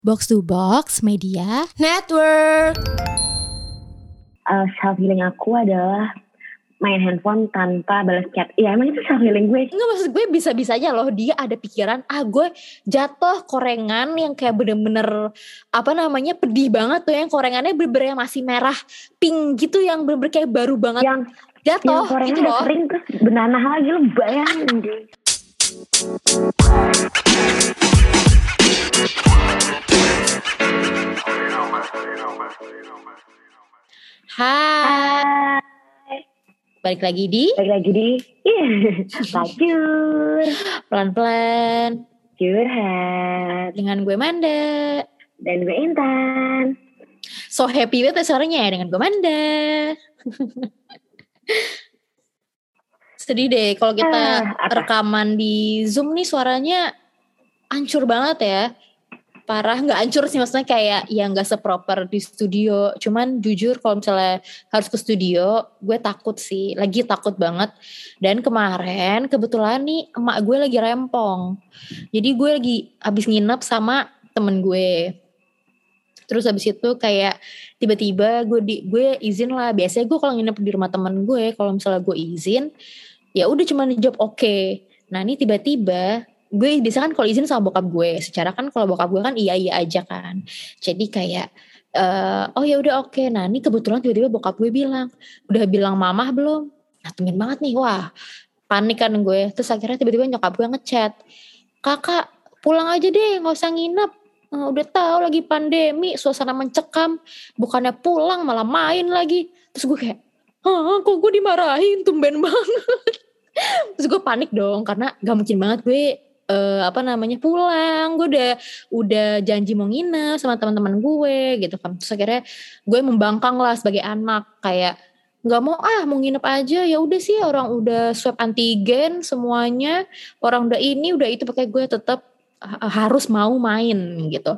Box to Box Media Network. Self healing aku adalah main handphone tanpa balas chat. Iya emang itu self healing gue. Enggak, maksud gue bisa-bisanya loh dia ada pikiran gue jatuh korengan yang kayak bener-bener pedih banget tuh, yang korengannya bener-bener yang masih merah pink gitu, yang bener-bener kayak baru banget Yang jatuh korengan gitu udah loh. kering terus benanah lagi, lo bayangin deh. Hai. Balik lagi di Pacur pelan-pelan curhat dengan gue Manda dan gue Intan. So happy banget suaranya ya dengan gue Manda. Sedih deh kalau kita rekaman di Zoom nih suaranya hancur banget ya. Parah, gak hancur sih, maksudnya kayak ya gak seproper di studio. Cuman jujur kalau misalnya harus ke studio, gue takut sih, lagi takut banget. Dan kemarin kebetulan nih emak gue lagi rempong. Jadi gue lagi habis nginep sama temen gue. Terus habis itu kayak tiba-tiba gue izin lah. Biasanya gue kalau nginep di rumah temen gue, kalau misalnya gue izin, ya udah cuma dijawab oke. Nah ini tiba-tiba gue biasa kan kalau izin sama bokap gue, secara kan kalau bokap gue kan iya aja kan. Jadi kayak oh ya udah oke. Nah ini kebetulan tiba-tiba bokap gue bilang, udah bilang mamah belum? Nah temen banget nih, wah panik kan gue. Terus akhirnya tiba-tiba nyokap gue ngechat, kakak pulang aja deh, nggak usah nginep. Udah tahu lagi pandemi, suasana mencekam, bukannya pulang malah main lagi. Terus gue kayak, kok gue dimarahin, tumben banget. Terus gue panik dong, karena gak mungkin banget gue pulang. Gue udah janji mau nginep sama teman-teman gue gitu kan. Terus akhirnya gue membangkang lah sebagai anak, kayak nggak mau nginep aja. Ya udah sih, orang udah swab antigen semuanya, orang udah ini udah itu, pakai gue tetap harus mau main gitu.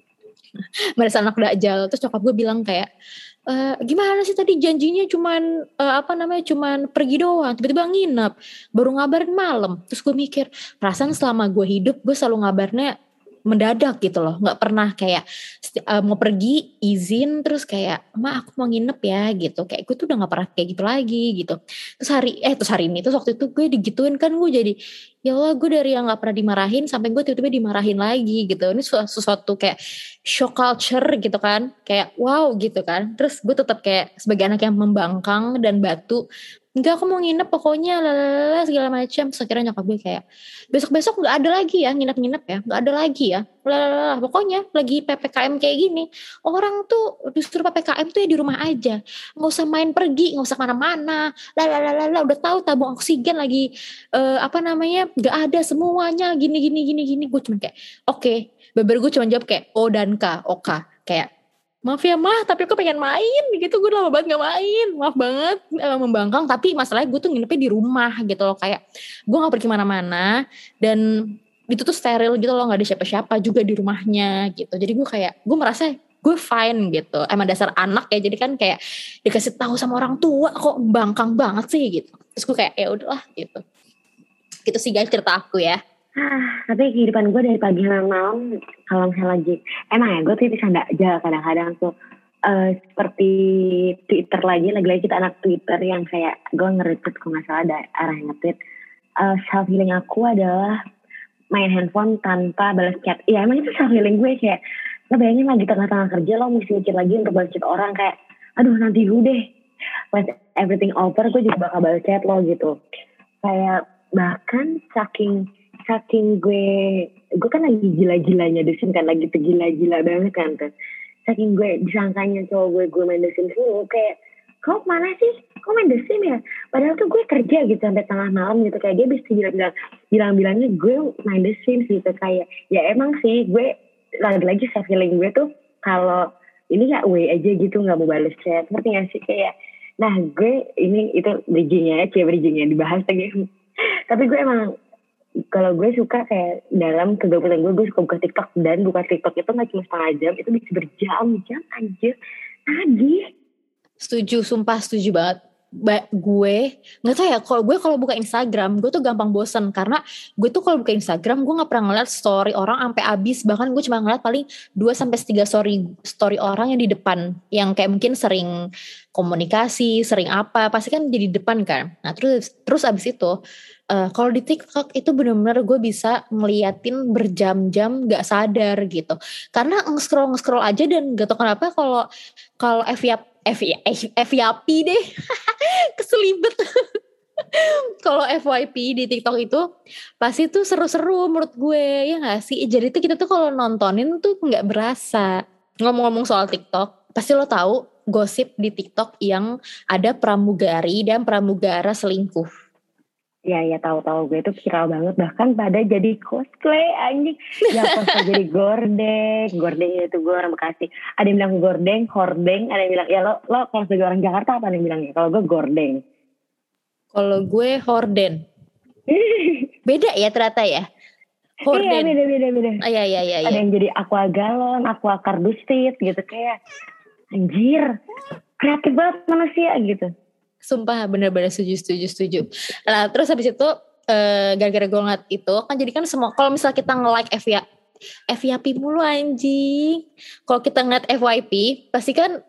Merasa anak dakjal. Terus nyokap gue bilang kayak, gimana sih tadi janjinya cuman cuman pergi doang, tiba-tiba nginep, baru ngabarin malam. Terus gue mikir, perasaan selama gue hidup gue selalu ngabarnya mendadak gitu loh, nggak pernah kayak mau pergi izin terus kayak aku mau nginep ya gitu. Kayak gue tuh udah nggak pernah kayak gitu lagi gitu. Terus hari ini terus waktu itu gue digituin kan, gue jadi ya Allah, gue dari yang nggak pernah dimarahin sampai gue tiba-tiba dimarahin lagi gitu. Ini sesuatu kayak shock culture gitu kan, kayak wow gitu kan. Terus gue tetap kayak sebagai anak yang membangkang dan batu, enggak aku mau nginep pokoknya lalala segala macam. Terus akhirnya nyokap gue kayak, besok nggak ada lagi ya nginep-nginep ya, nggak ada lagi ya lalala, pokoknya lagi PPKM kayak gini, orang tuh disuruh PPKM tuh ya di rumah aja, nggak usah main pergi, nggak usah kemana-mana, lalala, udah tahu tabung oksigen lagi nggak ada semuanya, gini. Gue cuma kayak oke. Beber gue cuma jawab kayak O dan K, Oka. Kayak, maaf ya mah, tapi aku pengen main gitu. Gue lama banget gak main, maaf banget, membangkang. Tapi masalahnya gue tuh nginepnya di rumah gitu loh. Kayak gue gak pergi mana-mana, dan itu tuh steril gitu loh, gak ada siapa-siapa juga di rumahnya gitu. Jadi gue kayak, gue merasa gue fine gitu. Emang dasar anak ya, jadi kan kayak dikasih tahu sama orang tua kok membangkang banget sih gitu. Terus gue kayak ya udahlah gitu. Gitu sih guys cerita aku ya. Tapi kehidupan gue dari pagi sampai malam, kalau misalnya lagi emang ya gue tuh bisa dakjal kadang-kadang tuh, seperti Twitter lagi kita anak Twitter yang kayak gue nge-retweet kalau nggak salah ada arah nge-tweet, self healing aku adalah main handphone tanpa balas chat. Iya emang itu self healing gue, kayak lo bayangin lagi tengah-tengah kerja lo mesti mikir lagi untuk balas chat orang, kayak aduh nanti gue deh when everything over gue juga bakal balas chat lo gitu. Kayak bahkan saking gue kan lagi gila-gilanya The Sims kan, lagi gila-gila banget kan tuh. Saking gue disangkanya cowok gue main The Sims dulu, kayak kau mana sih, kau main The Sims ya, padahal tuh gue kerja gitu sampai tengah malam gitu. Kayak dia bisa bilang-bilangnya gue main The Sims gitu. Kayak ya emang sih gue lagi-lagi self healing gue tuh kalau ini ya way aja gitu, nggak mau balas chat, ngerti gak sih? Kayak nah gue ini itu bridgingnya dibahas lagi. Tapi gue emang kalau gue suka kayak dalam kegabutan gue suka buka TikTok, dan buka TikTok itu nggak cuma setengah jam, itu bisa berjam-jam aja tadi. Setuju, sumpah setuju banget. gue nggak tahu ya, kalau buka Instagram gue tuh gampang bosen, karena gue tuh kalau buka Instagram gue nggak pernah ngeliat story orang sampai habis, bahkan gue cuma ngeliat paling 2-3 story orang yang di depan, yang kayak mungkin sering komunikasi, sering apa, pasti kan jadi depan kan. Nah terus abis itu kalau di TikTok itu benar-benar gue bisa ngeliatin berjam-jam gak sadar gitu, karena nge-scroll aja, dan gak tau kenapa kalau FYP deh keselibet. Kalau FYP di TikTok itu pasti tuh seru-seru menurut gue, ya gak sih? Jadi tuh kita tuh kalau nontonin tuh gak berasa. Ngomong-ngomong soal TikTok, pasti lo tahu gosip di TikTok yang ada pramugari dan pramugara selingkuh. Ya tahu gue itu viral banget, bahkan pada jadi cosplay anjing. Ya cosplay jadi gordeng itu gue orang Bekasi. Ada yang bilang gordeng, hordeng, ada yang bilang ya lo kalau sebagai orang Jakarta apa yang bilangnya? Kalau gue gordeng. Kalau gue horden. Beda ya ternyata ya. Horden. Iya beda. Iya. Ada yang jadi aqua galon, aqua kardustit gitu, kayak anjir kreatif banget manusia gitu. Sumpah bener-bener setuju. Nah terus habis itu gara-gara gue ngeliat itu kan, jadi kan semua kalau misal kita nge-like FYP mulu anjing. Kalau kita ngeliat FYP pasti kan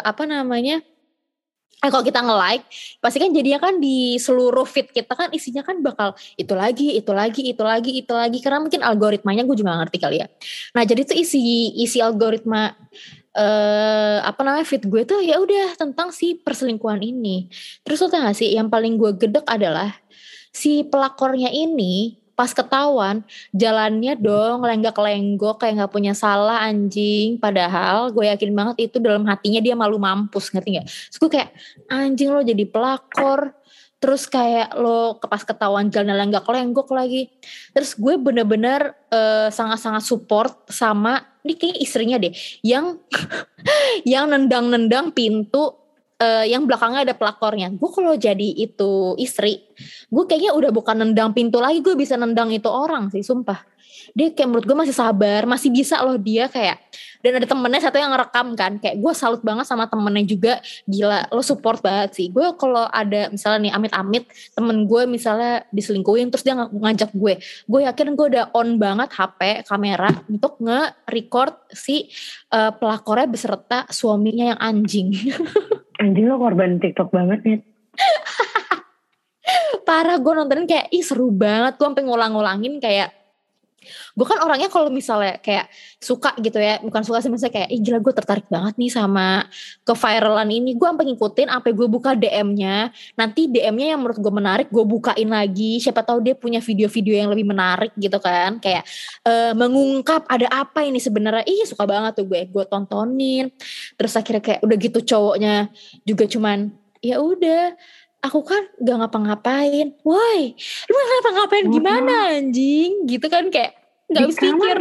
kalau kita nge-like pasti kan jadinya kan di seluruh feed kita kan isinya kan bakal itu lagi, karena mungkin algoritmanya gue juga gak ngerti kali ya. Nah jadi tuh isi algoritma feed gue tuh ya udah tentang si perselingkuhan ini. Terus lo tau gak sih yang paling gue gedek adalah si pelakornya ini pas ketahuan jalannya dong lenggak-lenggok kayak nggak punya salah anjing, padahal gue yakin banget itu dalam hatinya dia malu mampus, ngerti nggak? Terus gue kayak anjing, lo jadi pelakor terus kayak lo pas ketahuan jalan lenggak-lenggok lagi. Terus gue bener-bener sangat-sangat support sama ini kayaknya istrinya deh yang yang nendang-nendang pintu yang belakangnya ada pelakornya. Gue kalau jadi itu istri, gue kayaknya udah bukan nendang pintu lagi, gue bisa nendang itu orang sih, sumpah. Dia kayak menurut gue masih sabar, masih bisa loh dia kayak. Dan ada temennya satu yang ngerekam kan, kayak gue salut banget sama temennya juga, gila lo support banget sih. Gue kalau ada misalnya nih amit-amit temen gue misalnya diselingkuhin terus dia ngajak gue yakin gue udah on banget HP kamera untuk nge-record si pelakornya beserta suaminya yang anjing. Anjing lo korban TikTok banget nih. Parah, gue nontonin kayak seru banget. Gue sampai ngulang-ngulangin kayak, gue kan orangnya kalau misalnya kayak suka gitu ya, bukan suka sih, misalnya kayak gila gue tertarik banget nih sama keviralan ini, gue sampai ngikutin, sampai gue buka DM-nya. Nanti DM-nya yang menurut gue menarik gue bukain lagi, siapa tahu dia punya video-video yang lebih menarik gitu kan, kayak mengungkap ada apa ini sebenarnya. Suka banget tuh gue tontonin. Terus akhirnya kayak udah gitu cowoknya juga cuman ya udah aku kan gak ngapa-ngapain. Woi, lu gak ngapa-ngapain gimana anjing? Gitu kan kayak gak habis pikir.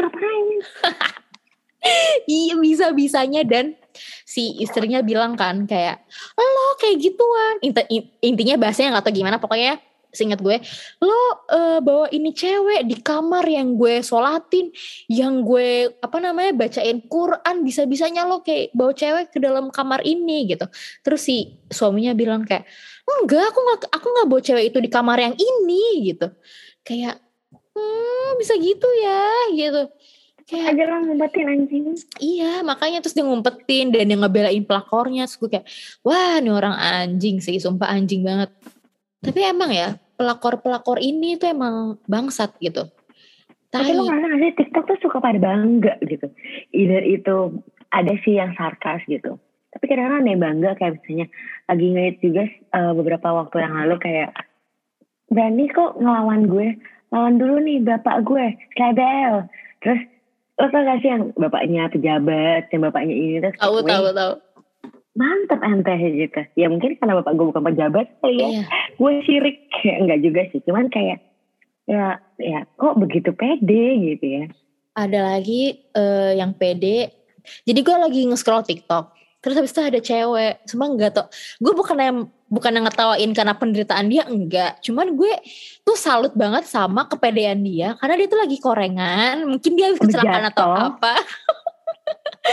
Iya bisa-bisanya. Dan si istrinya bilang kan kayak lo kayak gituan. Intinya bahasanya gak tau gimana, pokoknya seingat gue, lo bawa ini cewek di kamar yang gue sholatin, yang gue bacain Quran, bisa-bisanya lo kayak bawa cewek ke dalam kamar ini gitu. Terus si suaminya bilang kayak enggak, aku nggak bawa cewek itu di kamar yang ini gitu. Kayak bisa gitu ya gitu. Kayak aja lah ngumpetin anjing. Iya makanya terus dia ngumpetin dan dia ngebelain pelakornya. Terus gue kayak wah ini orang anjing sih, sumpah anjing banget. Tapi emang ya pelakor-pelakor ini tuh emang bangsat gitu. Tapi lo ngerasa gak sih TikTok tuh suka pada bangga gitu. Either itu ada sih yang sarkas gitu. Tapi kadang-kadang aneh bangga, kayak misalnya lagi ngeliat juga beberapa waktu yang lalu kayak berani kok ngelawan gue. Lawan dulu nih bapak gue, Slebel. Terus lo tau gak sih yang bapaknya pejabat, yang bapaknya ini terus tahu. Mantap ente gitu. Ya mungkin karena bapak gue bukan pejabat kali ya. Iya. Gue sirik. Enggak juga sih. Cuman kayak ya kok begitu pede gitu ya. Ada lagi yang pede. Jadi gue lagi nge-scroll TikTok. Terus habis itu ada cewek. Cuma enggak tau. Gue bukan yang ngetawain karena penderitaan dia, enggak. Cuman gue tuh salut banget sama kepedean dia. Karena dia tuh lagi korengan. Mungkin dia habis kecelakaan atau apa.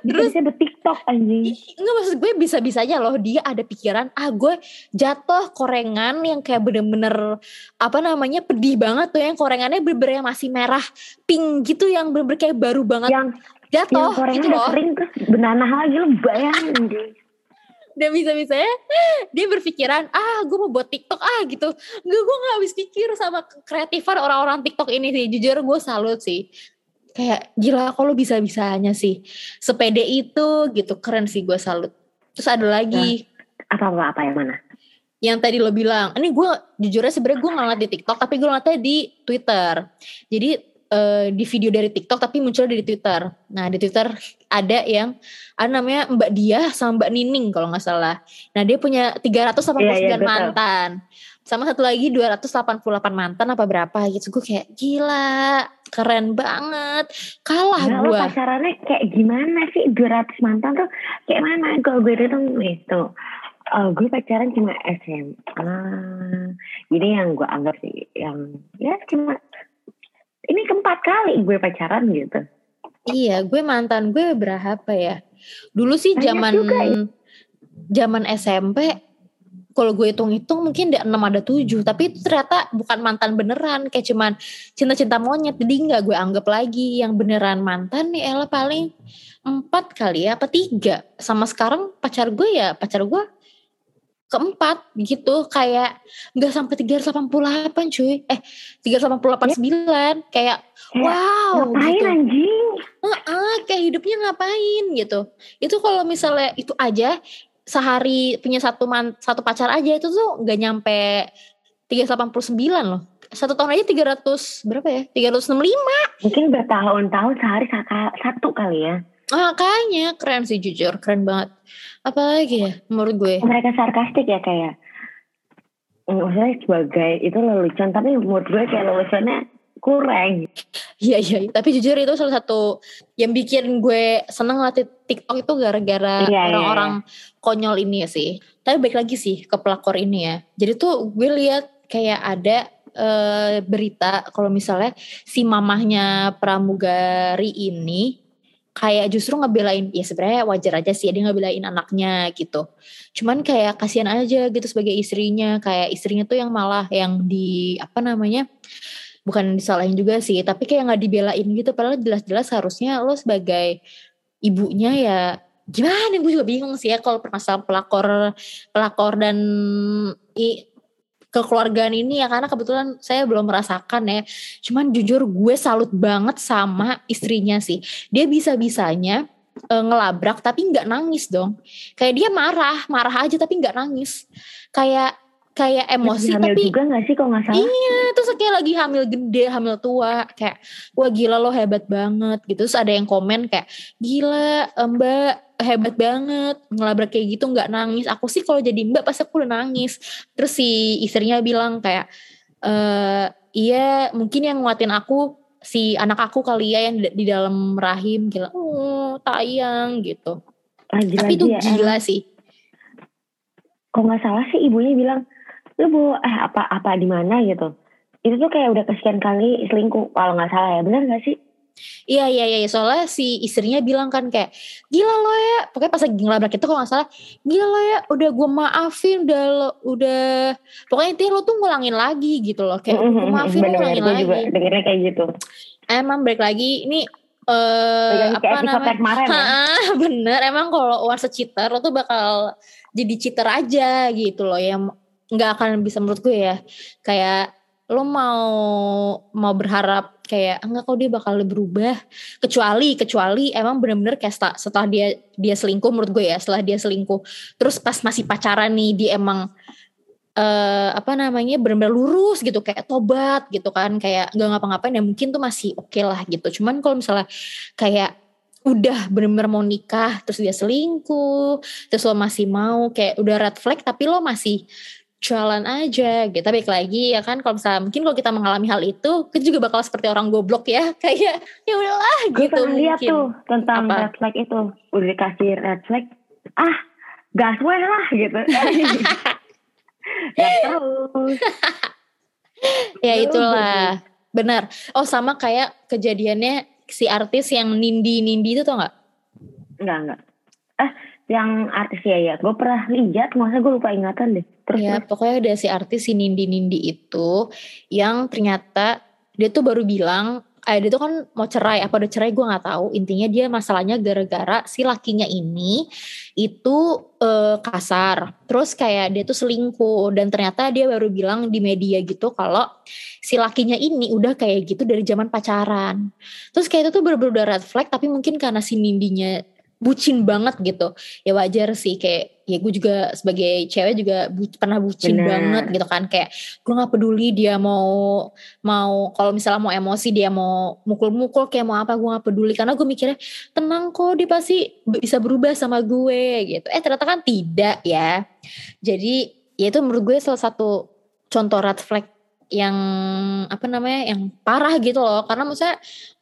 bisa TikTok anjing. Enggak, maksud gue bisa-bisanya loh dia ada pikiran gue jatuh korengan yang kayak bener-bener apa namanya pedih banget tuh, yang korengannya bener-bener yang masih merah pink gitu, yang bener-bener kayak baru banget Yang jatuh korengan gitu udah loh. kering terus benanah lagi, lo bayangin anjing. Dan bisa-bisanya dia berpikiran gue mau buat TikTok gitu. Enggak, gue gak habis pikir sama kreatifan orang-orang TikTok ini sih. Jujur gue salut sih. Kayak gila kalau bisa-bisanya sih sepede itu gitu, keren sih, gue salut. Terus ada lagi apa yang mana? yang tadi lo bilang, ini gue jujurnya sebenarnya gue ngeliat di TikTok tapi gue ngeliatnya di Twitter. Jadi di video dari TikTok tapi muncul dari Twitter. Nah di Twitter ada yang ada namanya Mbak Diah sama Mbak Nining kalau nggak salah. Nah dia punya 389 mantan. Sama satu lagi 288 mantan apa berapa gitu. Gue kayak gila, keren banget. Kalah gue. Lo pacarannya kayak gimana sih 200 mantan tuh kayak mana? Kalau gue itu gue pacaran cuma SMA. Jadi yang gue anggap sih yang ya cuma ini keempat kali gue pacaran gitu. Iya, gue mantan gue berapa ya? Dulu sih zaman SMP, kalau gue hitung-hitung mungkin ada 6 ada 7, tapi itu ternyata bukan mantan beneran, kayak cuman cinta-cinta monyet. Jadi nggak gue anggap lagi yang beneran mantan nih, elah paling 4 kali ya, apa 3. Sama sekarang pacar gue keempat gitu, kayak nggak sampai 388 cuy, 389 kayak wow ngapain gitu. Anjing? Kayak hidupnya ngapain gitu. Itu kalau misalnya itu aja sehari punya satu pacar aja itu tuh nggak nyampe 389 loh. 1 tahun aja 300 berapa ya? 365. Mungkin bertahun-tahun sehari satu kali ya. Kayaknya keren sih, jujur keren banget. Apalagi ya menurut gue. Mereka sarkastik ya kayak. Maksudnya sebagai itu lelucon, tapi menurut gue kayak leluconnya kurang. Iya. Tapi jujur itu salah satu yang bikin gue seneng latih TikTok itu gara-gara orang-orang konyol ini ya sih. Tapi balik lagi sih ke pelakor ini ya. Jadi tuh gue lihat kayak ada berita kalau misalnya si mamahnya pramugari ini kayak justru ngebelain, ya sebenarnya wajar aja sih dia ngebelain anaknya gitu. Cuman kayak kasihan aja gitu sebagai istrinya, kayak istrinya tuh yang malah yang bukan disalahin juga sih, tapi kayak nggak dibelain gitu. Padahal jelas-jelas harusnya lo sebagai ibunya ya gimana, gue juga bingung sih ya kalau permasalahan pelakor dan kekeluargaan ini ya, karena kebetulan saya belum merasakan ya. Cuman jujur gue salut banget sama istrinya sih. Dia bisa-bisanya ngelabrak tapi nggak nangis dong. Kayak dia marah aja tapi nggak nangis. Kayak emosi hamil tapi juga gak sih kalau gak salah? Iya, terus kayak lagi hamil gede, hamil tua, kayak wah gila lo hebat banget gitu. Terus ada yang komen kayak gila Mbak hebat banget ngelabrak kayak gitu nggak nangis. Aku sih kalau jadi Mbak pasti aku udah nangis. Terus si istrinya bilang kayak iya mungkin yang nguatin aku si anak aku kali ya yang di dalam rahim. Gila, tayang gitu. Tapi itu gila sih. Kalau nggak salah sih ibunya bilang lu bawa apa di mana gitu. Itu tuh kayak udah kesekian kali selingkuh kalau nggak salah ya, benar nggak sih? Iya, soalnya si istrinya bilang kan kayak gila lo ya, pokoknya pas lagi ngelabrak itu kalau nggak salah, gila lo ya udah gue maafin, udah pokoknya intinya lo tuh ngulangin lagi gitu loh, kayak gue maafin lo ngulangin lagi. Juga dengernya kayak gitu. Emang balik lagi ini apa namanya? Bener, emang kalau once a cheater lo tuh bakal jadi cheater aja gitu loh, yang nggak akan bisa menurut gue ya, kayak lo mau berharap kayak enggak kok dia bakal berubah, kecuali emang bener-bener kayak setelah dia selingkuh, menurut gue ya setelah dia selingkuh terus pas masih pacaran nih dia emang bener-bener lurus gitu, kayak tobat gitu kan, kayak nggak ngapa-ngapain ya mungkin tuh masih oke lah gitu. Cuman kalau misalnya kayak udah bener-bener mau nikah terus dia selingkuh terus lo masih mau, kayak udah red flag tapi lo masih jalan aja gitu. Baik lagi ya kan, kalau misalnya mungkin kalau kita mengalami hal itu kita juga bakal seperti orang goblok ya, kayak ya udahlah gitu. Gue pernah lihat tuh tentang red flag itu, udah dikasih red flag gas lah gitu. Gas terus. Ya itulah benar. Sama kayak kejadiannya si artis yang Nindi itu tau gak? Enggak. Yang artis ya. Gue pernah lihat, masa gue lupa ingatan deh. Terus Ya, pokoknya ada si artis si Nindi itu yang ternyata dia tuh baru bilang, dia tuh kan mau cerai, apa udah cerai gue nggak tahu. Intinya dia masalahnya gara-gara si lakinya ini itu kasar. Terus kayak dia tuh selingkuh dan ternyata dia baru bilang di media gitu kalau si lakinya ini udah kayak gitu dari zaman pacaran. Terus kayak itu tuh bener-bener udah red flag, tapi mungkin karena si Nindinya bucin banget gitu, ya wajar sih. Kayak ya gue juga sebagai cewek juga pernah bucin banget gitu kan, kayak gue nggak peduli dia mau kalau misalnya mau emosi, dia mau mukul-mukul kayak mau apa, gue nggak peduli karena gue mikirnya tenang kok, dia pasti bisa berubah sama gue gitu. Ternyata kan tidak ya. Jadi ya itu menurut gue salah satu contoh red flag yang yang parah gitu loh. Karena maksudnya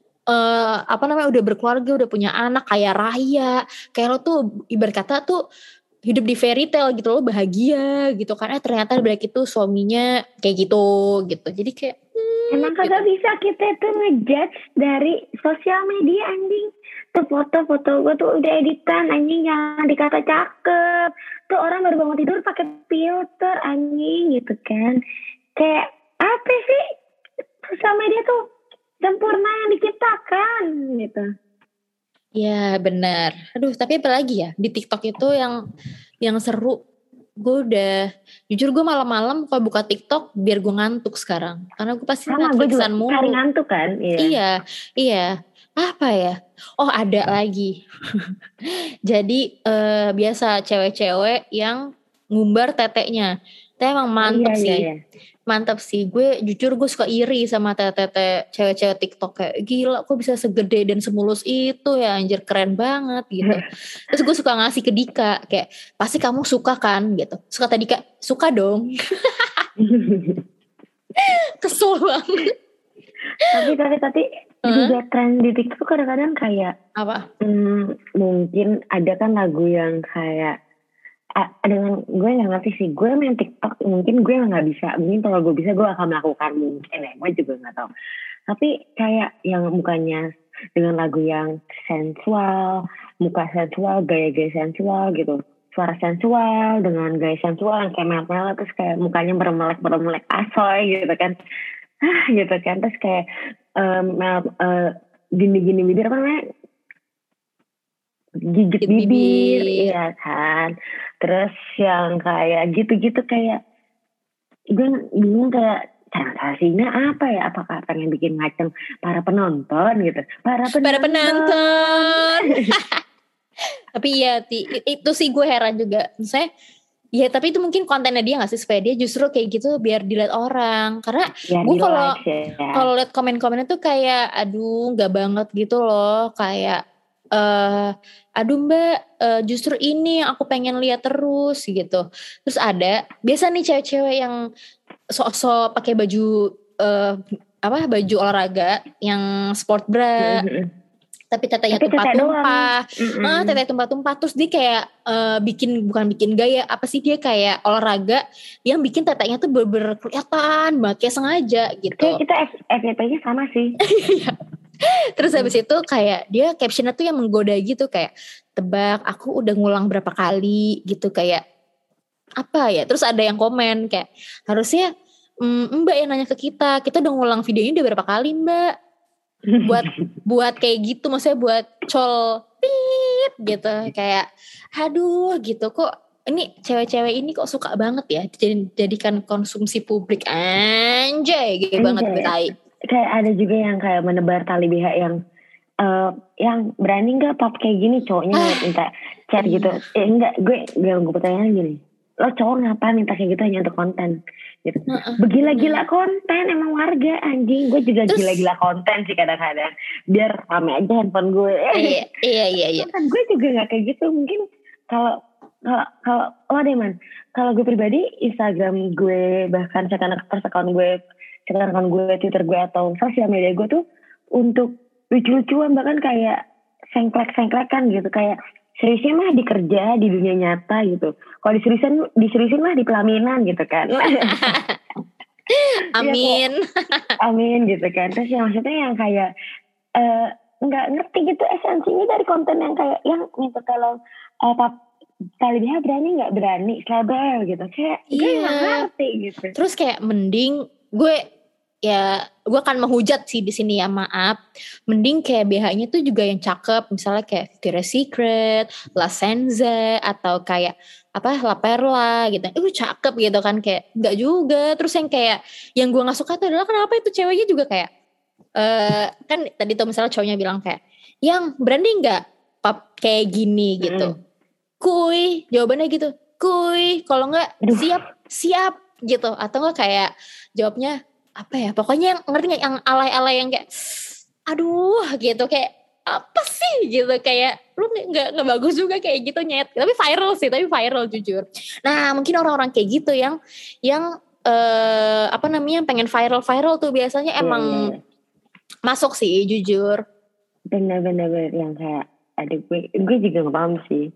udah berkeluarga, udah punya anak, kaya raya, kayak lo tuh ibarat kata tuh hidup di fairy tale gitu, lo bahagia gitu kan. Ternyata balik itu suaminya kayak gitu. Jadi kayak emang kagak bisa kita tuh ngejudge dari sosial media anjing. Tuh foto-foto gue tuh udah editan anjing, jangan dikata cakep. Tuh orang baru bangun tidur pakai filter anjing gitu kan. Kayak apa sih, sosial media tuh sempurna yang diciptakan gitu. Ya benar. Aduh, tapi apa lagi ya di TikTok itu yang seru. Gue udah jujur, gue malam-malam kalau buka TikTok biar gue ngantuk sekarang, karena gue pasti Netflixan mulu. Cari ngantuk kan? Iya. Apa ya? Oh, ada lagi. Jadi biasa cewek-cewek yang ngumbar teteknya. Itu emang mantep sih. Iya. Mantap sih. Gue jujur gue suka iri sama tete cewek-cewek TikTok, kayak gila kok bisa segede dan semulus itu ya, anjir keren banget gitu. Terus gue suka ngasih ke Dika, kayak pasti kamu suka kan gitu. Suka tadi Dika, suka dong. Kesel banget. Tapi juga tren di TikTok kadang-kadang kayak apa? Mungkin ada kan lagu yang kayak dengan gue nggak ngerti sih, gue main TikTok mungkin gue nggak bisa, mungkin kalau gue bisa gue akan melakukan, mungkin gue juga nggak tahu. Tapi kayak yang mukanya dengan lagu yang sensual, muka sensual, gaya-gaya sensual gitu, suara sensual dengan gaya sensual yang kayak mel-mel, terus kayak mukanya bermelek asoy gitu kan, gitu kan, terus kayak gini bibir apa namanya, gigit bibir, iya kan. Terus yang kayak gitu-gitu, kayak gue bingung kayak sensasinya apa ya, apakah pengen bikin macam para penonton gitu, para penonton. Tapi ya itu sih gue heran juga, misalnya ya, tapi itu mungkin kontennya dia nggak sih, supaya dia justru kayak gitu biar dilihat orang. Karena gue kalau lihat komen-komennya tuh kayak aduh nggak banget gitu loh, kayak aduh mbak, justru ini yang aku pengen lihat terus gitu. Terus ada biasa nih cewek-cewek yang sok-sok pakai baju baju olahraga yang sport bra, tapi tetenya tumpah-tumpah, tetenya tumpah-tumpah. Terus dia kayak bukan bikin gaya, apa sih, dia kayak olahraga yang bikin tetenya tuh bener-bener kelihatan banget, kayak sengaja gitu. Kayak kita FYP-nya sama sih. Terus habis itu kayak dia captionnya tuh yang menggoda gitu, kayak tebak aku udah ngulang berapa kali gitu, kayak apa ya. Terus ada yang komen kayak harusnya mbak yang nanya ke kita udah ngulang video ini udah berapa kali mbak, buat kayak gitu, maksudnya buat col pip gitu, kayak aduh gitu, kok ini cewek-cewek ini kok suka banget ya jadikan konsumsi publik, anjay gitu banget betai. Kayak ada juga yang kayak menebar tali BH yang berani nggak pap kayak gini, cowoknya minta chat gitu. Enggak, gue pertanyaan gini, lo cowok ngapa minta kayak gitu hanya untuk konten gitu. Begila-gila konten emang warga anjing. Gue juga gila-gila konten sih kadang-kadang, biar rame aja handphone gue. Iya. Kan gue juga nggak kayak gitu. Mungkin kalau deh man, kalau gue pribadi Instagram gue, bahkan account gue, Twitter gue atau sosial media gue tuh untuk lucu-lucuan, bahkan kayak sengklek-sengklekan gitu, kayak seriusnya mah di kerja, di dunia nyata gitu. Kalau diseriusin mah di pelaminan gitu kan. Amin. Amin gitu kan. Terus yang maksudnya yang kayak nggak ngerti gitu esensinya dari konten yang kayak yang minta tolong kali dia berani nggak berani selebel gitu, kayak gue nggak ngerti gitu. Terus kayak mending gue akan menghujat sih di sini ya, maaf. Mending kayak BH-nya tuh juga yang cakep, misalnya kayak Victoria's Secret, La Senza, atau kayak La Perla gitu. Itu cakep gitu kan, kayak nggak juga. Terus yang kayak yang gue nggak suka tuh adalah kenapa itu ceweknya juga kayak kan tadi tuh misalnya cowoknya bilang kayak yang berani nggak pap kayak gini gitu. Kuy, jawabannya gitu. Kuy, kalau nggak siap gitu, atau nggak kayak jawabnya apa ya, pokoknya yang ngerti nggak, yang alay-alay yang kayak aduh gitu, kayak apa sih gitu, kayak lu nggak bagus juga kayak gitu nyet, tapi viral jujur. Nah mungkin orang-orang kayak gitu yang pengen viral tuh biasanya emang masuk sih jujur. Bener-bener yang kayak aduh gue juga nggak paham sih.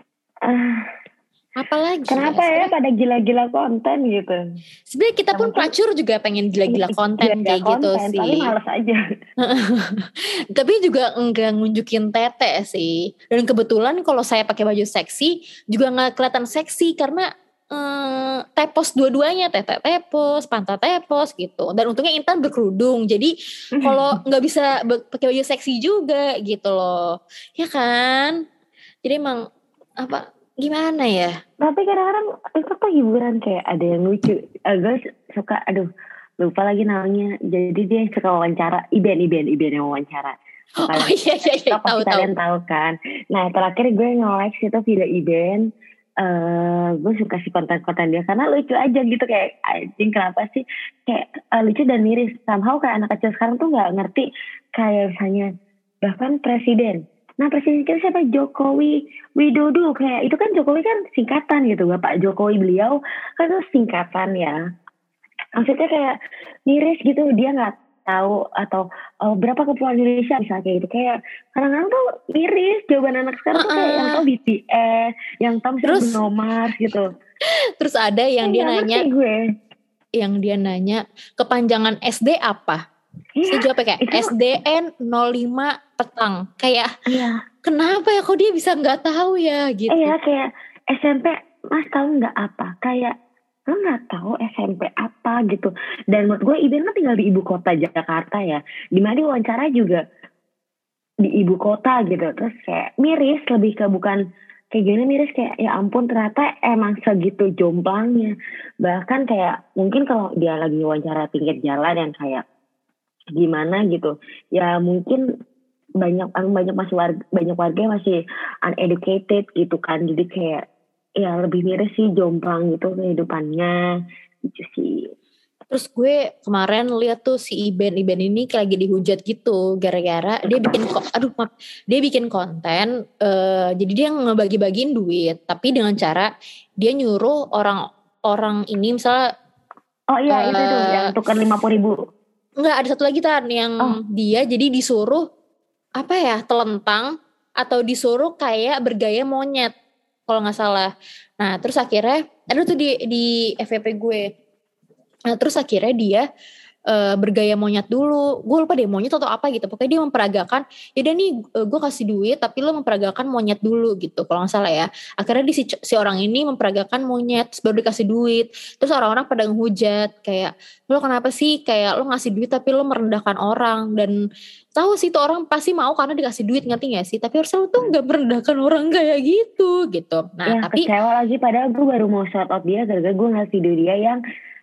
Apalagi kenapa ya pada gila-gila konten gitu. Sebenarnya kita pun pelacur juga pengen gila-gila konten kayak gitu sih. Tapi males aja. Tapi juga enggak ngunjukin tete sih. Dan kebetulan kalau saya pakai baju seksi juga nggak kelihatan seksi karena tepos dua-duanya, tete tepos, pantat tepos gitu. Dan untungnya Intan berkerudung, jadi kalau nggak bisa pakai baju seksi juga gitu loh, ya kan? Jadi emang gimana ya? Tapi kadang-kadang itu tuh hiburan, kayak ada yang lucu. Gue suka, lupa lagi namanya. Jadi dia suka wawancara, Iben yang wawancara. Iya, tahu. Kalian tahu kan? Nah terakhir gue nge-like itu video Iben. Gue suka sih konten-konten dia karena lucu aja gitu, kayak anjing kenapa sih kayak lucu dan miris. Somehow kayak anak kecil sekarang tuh nggak ngerti, kayak misalnya bahkan presiden. Nah presiden kita siapa? Jokowi Widodo, kayak itu kan Jokowi kan singkatan gitu, Bapak Jokowi beliau kan itu singkatan ya. Maksudnya kayak miris gitu, dia nggak tahu atau berapa kepulauan Indonesia misalnya kayak gitu, kayak kadang-kadang tuh miris jawaban anak sekarang tuh kayak yang tahu BTS, yang tahu misalnya Bruno Mars gitu. Terus ada yang dia nanya, kepanjangan SD apa? Saya jawab kayak SDN 05 petang. Kayak kenapa ya kok dia bisa nggak tahu ya gitu. Iya kayak SMP Mas tahu nggak apa, kayak lo nggak tahu SMP apa gitu. Dan menurut gue Iben kan tinggal di ibu kota Jakarta ya, dimana diwawancara juga di ibu kota gitu. Terus kayak miris, lebih ke bukan kayak gini, miris kayak ya ampun ternyata emang segitu jomblangnya. Bahkan kayak mungkin kalau dia lagi wawancara pinggir jalan yang kayak gimana gitu ya, mungkin banyak warga masih uneducated gitu kan, jadi kayak ya lebih miris sih, jomplang gitu kehidupannya gitu sih. Terus gue kemarin lihat tuh si Iben ini kayak lagi dihujat gitu gara-gara dia bikin konten, jadi dia ngebagi-bagiin duit tapi dengan cara dia nyuruh orang ini misalnya itu yang tukar 50.000. Enggak, ada satu lagi Tan yang dia jadi disuruh telentang atau disuruh kayak bergaya monyet kalau nggak salah. Nah terus akhirnya ada tuh di FVP gue. Nah terus akhirnya dia bergaya monyet dulu. Gue lupa deh monyet atau apa gitu. Pokoknya dia memperagakan, yaudah nih gue kasih duit tapi lo memperagakan monyet dulu gitu kalau gak salah ya. Akhirnya si orang ini memperagakan monyet baru dikasih duit. Terus orang-orang pada ngehujat kayak, lo kenapa sih kayak lo ngasih duit tapi lo merendahkan orang. Dan tahu sih tuh orang pasti mau karena dikasih duit, ngerti gak sih? Tapi harusnya lo tuh gak merendahkan orang kayak gitu. Nah ya, tapi kecewa lagi, padahal gue baru mau shout out dia gara-gara gue ngasih video dia yang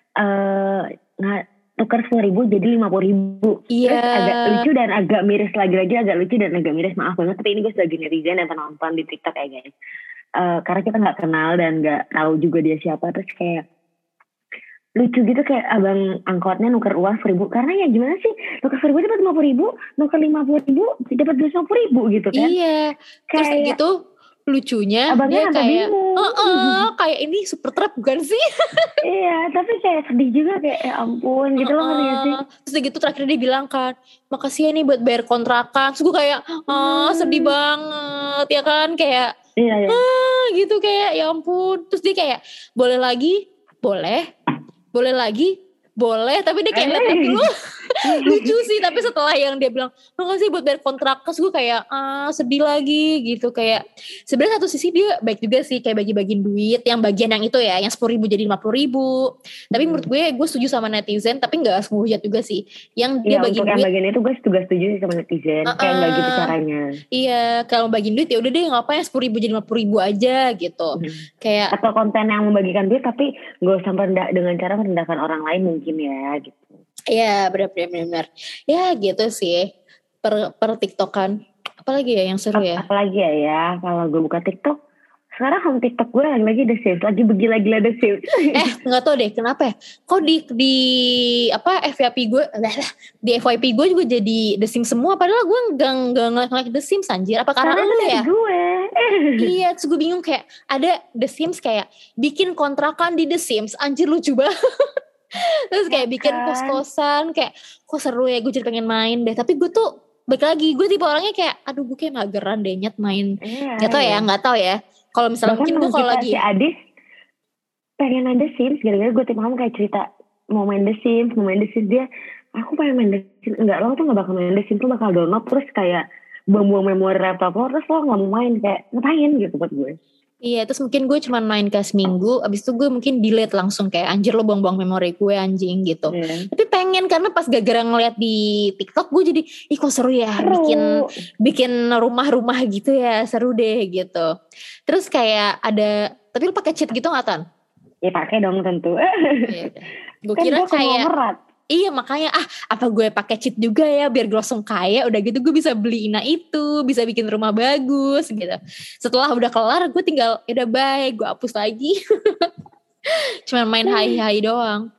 tukar 10.000 jadi 50.000. Iya. Terus agak lucu dan agak miris, lagi-lagi agak lucu dan agak miris, maaf banget. Tapi ini gue sebagai netizen yang penonton di TikTok ya guys, karena kita nggak kenal dan nggak tahu juga dia siapa. Terus kayak lucu gitu, kayak abang angkotnya nuker uang 10.000 karena ya gimana sih, nuker 10.000 dapat 50.000, nuker 50.000 dapat 250.000 gitu kan. Iya. Terus kayak gitu lucunya dia kayak kayak ini super trap bukan sih? Iya, tapi kayak sedih juga, kayak ya ampun gitu loh, ngerti sih. Terus gitu terakhir dia bilang kan, makasih ya nih buat bayar kontrakan. Terus gue kayak sedih banget ya kan, kayak gitu, kayak ya ampun. Terus dia kayak boleh lagi, boleh, tapi dia kayak lihat dulu. Lucu sih, tapi setelah yang dia bilang makasih buat bayar kontrak, terus gue kayak sedih lagi gitu. Kayak sebenarnya satu sisi dia baik juga sih, kayak bagi-bagiin duit, yang bagian yang itu ya, yang 10.000 jadi 50.000. Tapi menurut gue setuju sama netizen, tapi nggak semua hujat juga sih. Yang dia Ya bagiin untuk yang duit, bagian itu gue juga setuju sih sama netizen. Kayak nggak gitu caranya. iya, kalau bagiin duit ya udah deh, ngapain 10.000 jadi 50.000 aja gitu. Kayak atau konten yang membagikan duit tapi gak usah dengan cara merendahkan orang lain mungkin ya gitu. iya, benar. Ya gitu sih. Per TikTokan. Apalagi ya yang seru ya? Apalagi ya kalau gue buka TikTok sekarang home TikTok gue lagi The Sims, lagi begila-gila The Sims. Nggak tahu deh kenapa ya. Kok di apa FYP gue, di FYP gue juga jadi The Sims semua. Padahal gue nggak nge-like The Sims anjir. Apa karena lu ya? Gue. Iya, terus gue bingung kayak ada The Sims kayak bikin kontrakan di The Sims, anjir lucu banget. Terus kayak bikin kos-kosan, kayak kok seru ya, gue jadi pengen main deh. Tapi gue tuh balik lagi, gue tipe orangnya kayak aduh gue kayak mageran deh nyet main. Nggak tahu ya. Kalau misalnya bahkan mungkin gue kalau lagi si Adis pengen main The Sims, gara-gara gue tiap malam kayak cerita mau main The Sims dia, aku pengen main The Sims. Enggak, lo tuh gak bakal main The Sims, lo bakal download terus kayak buang-buang memori laptop lo, terus lo gak mau main, kayak ngapain gitu buat gue. Iya, terus mungkin gue cuma main ke seminggu, abis itu gue mungkin delete langsung kayak anjir lo buang-buang memori gue anjing gitu. Tapi pengen karena pas gara-gara ngeliat di TikTok gue jadi kok seru ya, bikin rumah-rumah gitu ya, seru deh gitu. Terus kayak ada, tapi lo pakai cheat gitu nggak Tan? Ya pakai dong tentu. Gue kira kayak iya makanya apa gue pakai cheat juga ya biar gue langsung kaya, udah gitu gue bisa beli itu, bisa bikin rumah bagus gitu. Setelah udah kelar gue tinggal udah bye, gue hapus lagi. Cuman main hai doang.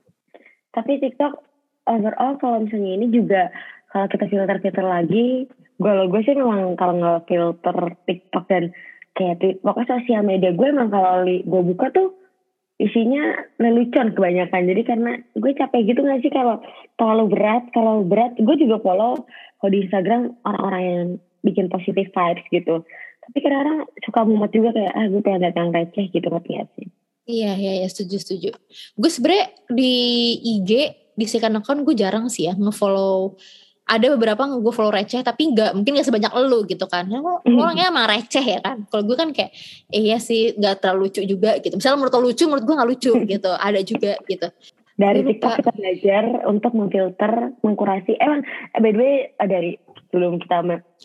Tapi TikTok overall kalau misalnya ini juga kalau kita filter lagi, gue sih memang kalau nggak filter TikTok dan kayak pokoknya sosial media gue emang kalau gue buka tuh isinya lelucon kebanyakan. Jadi karena gue capek gitu gak sih kalau terlalu berat. Kalau berat gue juga follow kalau di Instagram orang-orang yang bikin positive vibes gitu. Tapi kadang-kadang suka mumet juga kayak gue pengen datang receh gitu ngerti sih. Iya setuju. Gue sebenernya di IG di second account gue jarang sih ya nge-follow. Ada beberapa gue follow receh tapi mungkin gak sebanyak lu gitu kan. Orangnya emang receh ya kan. Kalau gue kan kayak iya sih gak terlalu lucu juga gitu. Misalnya menurut lo lucu, menurut gue gak lucu gitu. Ada juga gitu. Dari TikTok kita belajar untuk memfilter, mengkurasi. By the way dari sebelum kita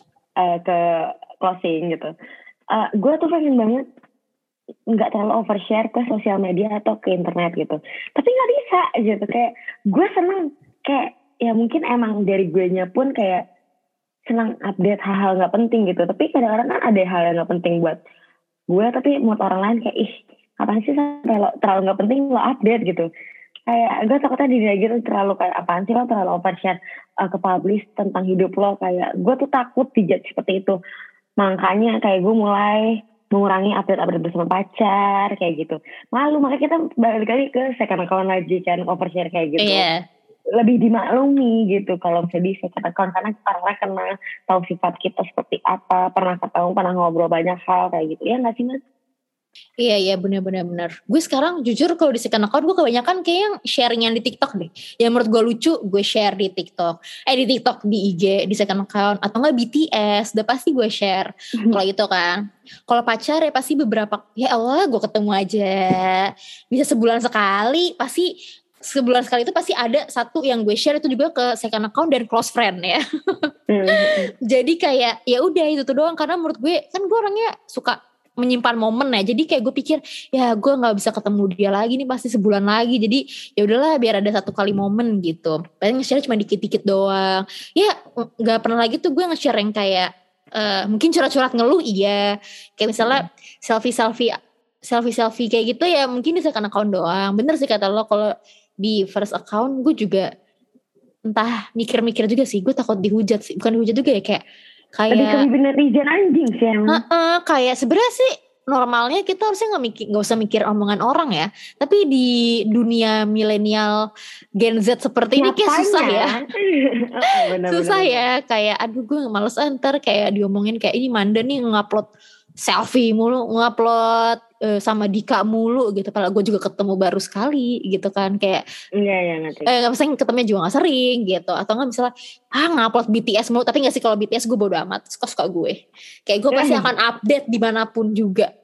ke closing gitu. Gue tuh pengen banget gak terlalu overshare ke sosial media atau ke internet gitu. Tapi gak bisa gitu. Kayak gue seneng kayak ya mungkin emang dari gue nya pun kayak senang update hal-hal gak penting gitu. Tapi kadang-kadang kan ada hal yang gak penting buat gue, tapi buat orang lain kayak apaan sih terlalu gak penting lo update gitu. Kayak gue takutnya diri gitu terlalu kayak apaan sih lo terlalu overshare ke publish tentang hidup lo. Kayak gue tuh takut dijudge seperti itu. Makanya kayak gue mulai mengurangi update bersama pacar kayak gitu. Malu, makanya kita balik lagi ke second account lagi kan, overshare kayak gitu. Iya. Lebih dimaklumi gitu kalau bisa di second account, karena orang-orang kenal tahu sifat kita seperti apa, pernah ketemu, pernah ngobrol banyak hal kayak gitu. Ya nggak sih Mas? Iya benar. Gue sekarang jujur kalau di second account gue kebanyakan kayak yang sharing yang di TikTok deh. Yang menurut gue lucu gue share di TikTok. Di IG, di second account atau enggak BTS, udah pasti gue share. Kalau gitu kan. Kalau pacar ya pasti beberapa, ya Allah gue ketemu aja. Bisa sebulan sekali, sebulan sekali itu pasti ada satu yang gue share itu juga ke second account dan close friend ya. Jadi kayak ya udah itu tuh doang, karena menurut gue kan gue orangnya suka menyimpan momen ya. Jadi kayak gue pikir ya gue nggak bisa ketemu dia lagi nih pasti sebulan lagi. Jadi ya udahlah biar ada satu kali momen gitu. Paling nge-share cuma dikit-dikit doang. Ya nggak pernah lagi tuh gue nge-share yang kayak mungkin curhat-curhat ngeluh iya. Kayak misalnya selfie kayak gitu ya mungkin di second account doang. Bener sih kata lo, kalau di first account gue juga entah mikir-mikir juga sih, gue takut dihujat sih, bukan dihujat juga ya kayak lebih ke netizen anjing sih emang. Kayak sebenarnya sih normalnya kita harusnya nggak usah mikir omongan orang ya, tapi di dunia milenial Gen Z seperti ini kayak susah ya. Susah ya, kayak aduh gue males antar kayak diomongin kayak ini Manda nih ngupload selfie mulu, ngupload sama Dika mulu gitu, padahal gue juga ketemu baru sekali gitu kan, kayak Iya ngerti. misalnya ketemunya juga gak sering gitu, atau gak misalnya ngupload BTS mulu, tapi gak sih kalau BTS gue bodo amat, suka-suka gue, kayak gue pasti akan update dimanapun juga.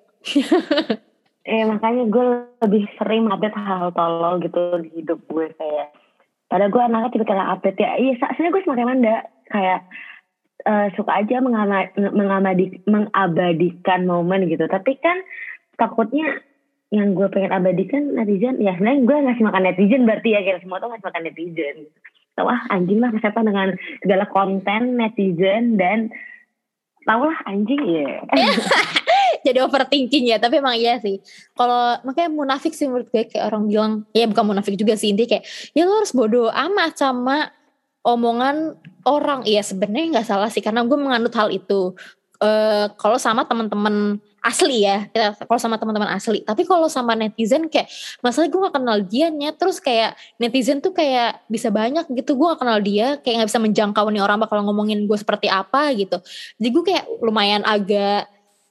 Makanya gue lebih sering update hal tolol gitu di hidup gue, kayak padahal gue anaknya tipikal update ya. Iya, sebenarnya gue semakin Manda kayak suka aja mengabadikan momen gitu, tapi kan takutnya yang gue pengen abadikan netizen, ya sebenarnya gue ngasih makan netizen berarti ya, kayak semua tuh ngasih makan netizen. Wah anjing lah kesepan dengan segala konten netizen, dan tau lah anjing ya. Jadi overthinking ya, tapi emang iya sih. Kalau makanya munafik sih menurut gue, kayak orang bilang, ya bukan munafik juga sih, intinya kayak ya lo harus bodo amat sama omongan orang. Iya sebenarnya nggak salah sih, karena gue menganut hal itu. Kalau sama teman-teman asli ya, kalau sama teman-teman asli. Tapi kalau sama netizen kayak, masalah gue gak kenal dianya, terus kayak netizen tuh kayak bisa banyak gitu, gue gak kenal dia, kayak gak bisa menjangkau nih orang bakal ngomongin gue seperti apa gitu. Jadi gue kayak lumayan agak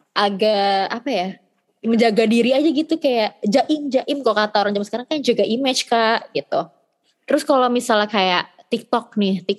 apa ya, menjaga diri aja gitu, kayak jaim kalau kata orang zaman sekarang kan, jaga image kak gitu. Terus kalau misalnya kayak TikTok,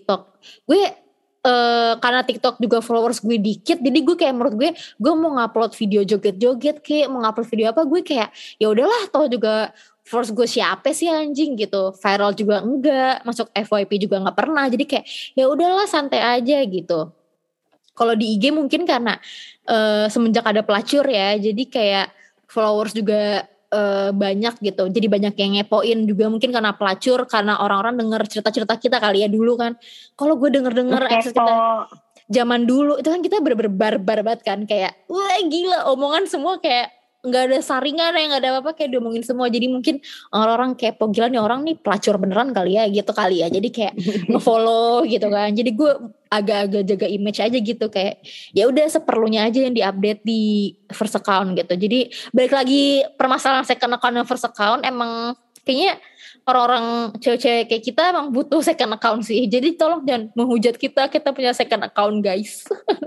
gue karena TikTok juga followers gue dikit, jadi gue kayak menurut gue mau ngupload video joget-joget kayak mau ngupload video apa, gue kayak ya udahlah, toh juga followers gue siapa sih anjing gitu, viral juga enggak, masuk FYP juga nggak pernah, jadi kayak ya udahlah santai aja gitu. Kalau di IG mungkin karena semenjak ada pelacur ya, jadi kayak followers juga banyak gitu, jadi banyak yang ngepoin juga, mungkin karena pelacur, karena orang-orang denger cerita-cerita kita kali ya dulu kan. Kalau gue denger eksis kita zaman dulu itu kan, kita bener-bener barbar banget kan, kayak wah gila, omongan semua kayak nggak ada saringan ya, nggak ada apa-apa, kayak diomongin semua. Jadi mungkin orang-orang kepo, gila nih orang nih pelacur beneran kali ya gitu kali ya, jadi kayak ngefollow gitu kan. Jadi gue agak-agak jaga image aja gitu, kayak ya udah seperlunya aja yang diupdate di first account gitu. Jadi balik lagi permasalahan second account dan first account, emang kayaknya orang-orang cewek-cewek kayak kita emang butuh second account sih. Jadi tolong jangan menghujat kita punya second account guys.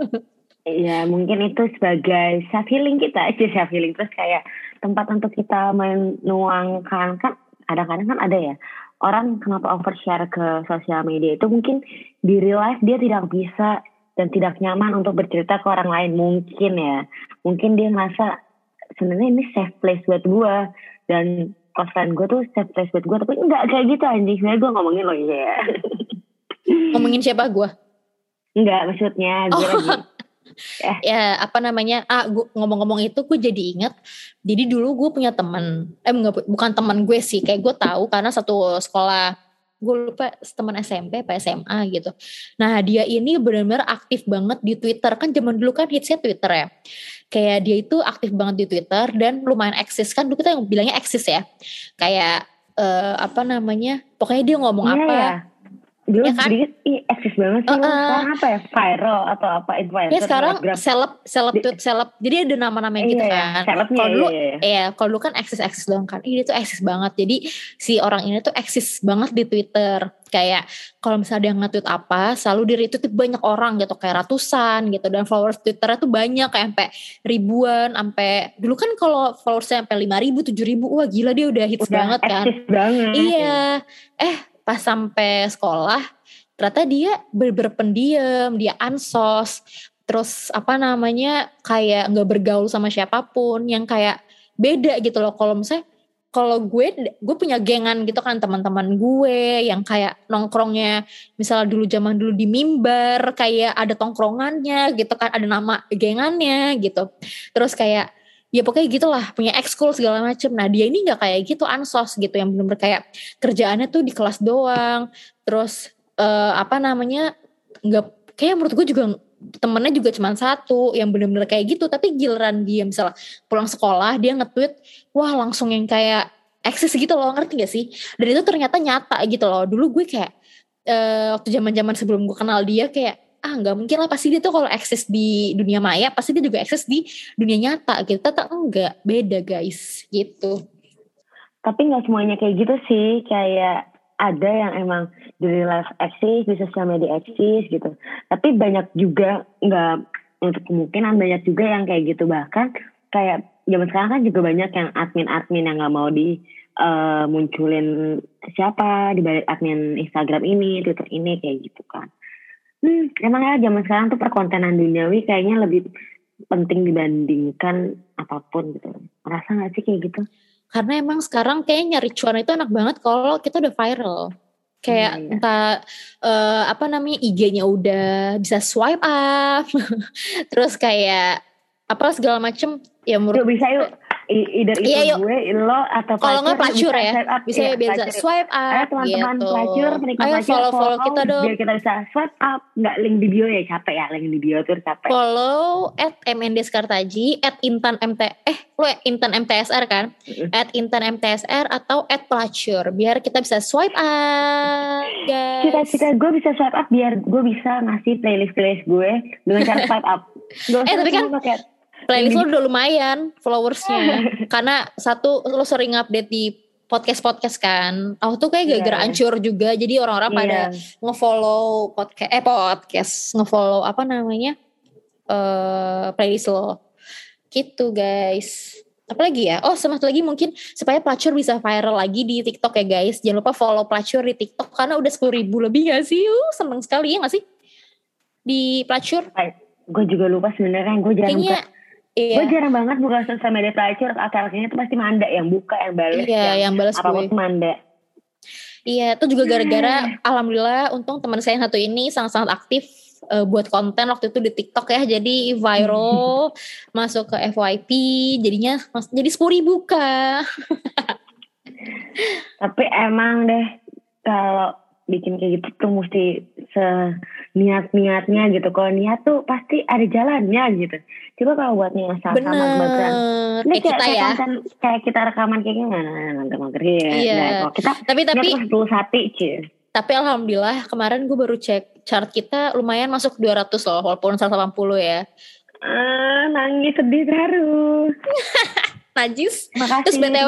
Iya mungkin itu sebagai self healing kita aja, self healing, terus kayak tempat untuk kita menuangkan, kan kadang-kadang kan ada ya orang kenapa overshare ke sosial media itu, mungkin di real life dia tidak bisa dan tidak nyaman untuk bercerita ke orang lain, mungkin dia merasa sebenarnya ini safe place buat gue, dan kosan gue tuh safe place buat gue, tapi enggak kayak gitu anjing. Sebenarnya gue ngomongin lo ya. Ngomongin siapa gue? Enggak, maksudnya gue lagi ya apa namanya, gue ngomong-ngomong itu gue jadi ingat. Jadi dulu gue punya teman, bukan teman gue sih, kayak gue tahu karena satu sekolah, gue lupa teman SMP apa SMA gitu. Nah dia ini benar-benar aktif banget di Twitter, kan zaman dulu kan hitsnya Twitter ya, kayak dia itu aktif banget di Twitter dan lumayan eksis, kan dulu kita yang bilangnya eksis ya, kayak apa namanya, pokoknya dia ngomong apa ya. Dulu ya kan? Eksis banget sih. Sekarang apa ya, viral atau apa influencer? Ya sekarang seleb. Jadi ada nama-nama gitu kan. Kalau dulu kalau dulu kan eksis doang kan. Ini tuh eksis banget. Jadi si orang ini tuh eksis banget di Twitter. Kayak kalau misalnya dia nge-tweet apa, selalu di-retweet banyak orang gitu, kayak ratusan gitu, dan followers Twitternya tuh banyak, kayak sampai ribuan, sampai dulu kan kalau followersnya sampai 5.000, 7.000, wah gila dia udah hits banget kan. Banget. Iya. Pas sampai sekolah ternyata dia berpendiam, dia ansos, terus apa namanya, kayak nggak bergaul sama siapapun, yang kayak beda gitu loh. Kalau misalnya kalau gue punya gengan gitu kan, teman-teman gue yang kayak nongkrongnya misalnya zaman dulu di mimbar, kayak ada tongkrongannya gitu kan, ada nama gengannya gitu, terus kayak ya pokoknya gitulah, punya ekskul segala macem. Nah dia ini nggak kayak gitu, ansos gitu, yang benar-benar kayak kerjaannya tuh di kelas doang. Terus apa namanya, nggak, kayak menurut gue juga temennya juga cuma satu yang benar-benar kayak gitu. Tapi giliran dia misalnya pulang sekolah, dia nge-tweet, wah langsung yang kayak eksis gitu loh, ngerti gak sih? Dan itu ternyata nyata gitu loh. Dulu gue kayak waktu zaman-zaman sebelum gue kenal dia, kayak nggak mungkin lah, pasti dia tuh kalau eksis di dunia maya pasti dia juga eksis di dunia nyata gitu. Ternyata enggak, beda guys gitu. Tapi nggak semuanya kayak gitu sih, kayak ada yang emang di real life eksis, di sosial media eksis gitu. Tapi banyak juga, nggak untuk kemungkinan, banyak juga yang kayak gitu. Bahkan kayak zaman sekarang kan juga banyak yang admin yang nggak mau di munculin siapa di balik admin Instagram ini, Twitter ini kayak gitu kan. Emang ya zaman sekarang tuh perkontenan duniawi kayaknya lebih penting dibandingkan apapun gitu. Merasa nggak sih kayak gitu? Karena emang sekarang kayak nyari cuan itu enak banget kalau kita udah viral. Kayak Iya. entah apa namanya IG-nya udah bisa swipe up, terus kayak apa segala macem ya menurut Yuk bisa yuk. Either itu Iya, yuk. gue, lo atau kalau nggak pelacur ya swipe up. bisa Iya, bisa pelacur. swipe Ayo up teman-teman gitu. pelacur, penikmat Ayo pelacur, follow kita dong. biar kita bisa swipe up. Nggak link di bio ya, capek ya link di bio tuh capek. Follow @mndskartaji, lo Intan MTSR kan? @Intan MTSR atau @pelacur biar kita bisa swipe up, guys. Cita-cita gue bisa swipe up biar gue bisa ngasih playlist gue dengan cara swipe up. Tapi kan playlist lo udah lumayan followersnya. Karena satu lo sering update di podcast kan. Aku tuh kayak gara-gara ancur juga. Jadi orang-orang pada nge-follow podcast, nge-follow apa namanya playlist lo. Gitu guys. Apalagi ya? Oh sama satu lagi mungkin supaya pelacur bisa viral lagi di TikTok ya guys. Jangan lupa follow pelacur di TikTok karena udah 10.000 lebih gak sih? Seneng sekali ya gak sih? Di pelacur. Gue juga lupa sebenarnya. Gue jarang buka. Iya. Gue jarang banget buka sosial media pelacur. Akhirnya itu pasti Manda yang buka, yang balas. Iya, yang balas apapun gue. Manda. Iya, itu juga gara-gara alhamdulillah untung teman saya yang satu ini sangat-sangat aktif buat konten waktu itu di TikTok ya. Jadi viral, masuk ke FYP, jadinya jadi 10.000 Kak. Tapi emang deh kalau bikin kayak gitu tuh mesti niat-niatnya gitu. Kalau niat tuh pasti ada jalannya gitu. Coba kalau buat nih sama bener kita ya kayak kita rekaman kayak gimana iya. Kita tapi tulus hati tapi alhamdulillah kemarin gue baru cek chart kita lumayan masuk 200 loh walaupun 180 ya. Nangis sedih terus. Najis. Makasih, terus BTW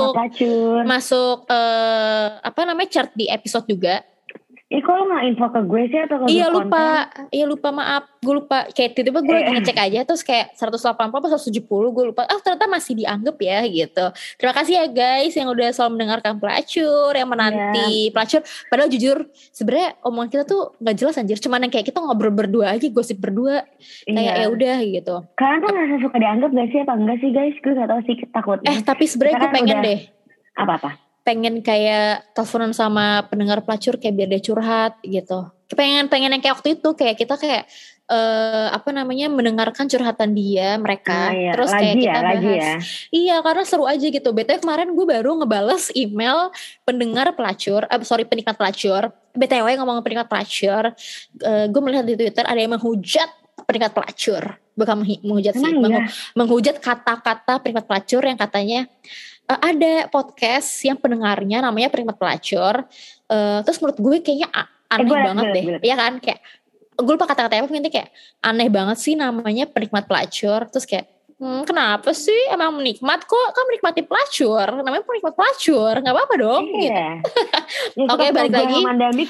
masuk apa namanya chart di episode juga. Kok lo gak info ke gue sih atau ke Iya lupa maaf. Gue lupa kayak tiba-tiba gue lagi ngecek aja terus kayak 180 apa 170 gue lupa. Ternyata masih dianggap ya gitu. Terima kasih ya guys yang udah selalu mendengarkan pelacur, yang menanti pelacur. Padahal jujur sebenarnya omongan kita tuh gak jelas anjir. Cuman yang kayak kita ngobrol berdua aja, gosip berdua. Kayak ya udah gitu. Kalian tuh gak suka dianggap gak sih apa enggak sih guys? Gue gak tahu sih takutnya. Tapi sebenarnya gue pengen deh. Apa-apa? Pengen kayak teleponan sama pendengar pelacur kayak biar dia curhat gitu. Pengen yang kayak waktu itu kayak kita kayak apa namanya mendengarkan curhatan mereka terus kayak kita bahas. Iya karena seru aja gitu. BTW kemarin gue baru ngebales email pendengar pelacur, penikmat pelacur. BTW ngomong penikmat pelacur, gue melihat di Twitter ada yang menghujat penikmat pelacur, bukan menghujat sih, menghujat kata-kata penikmat pelacur yang katanya ada podcast yang pendengarnya namanya penikmat pelacur. Terus menurut gue kayaknya aneh banget deh. Iya kan kayak gue lupa kata-katanya apa mungkin kayak aneh banget sih namanya penikmat pelacur. Terus kayak kenapa sih emang menikmat kok kan menikmati pelacur namanya penikmat pelacur nggak apa-apa dong gitu. Oke balik lagi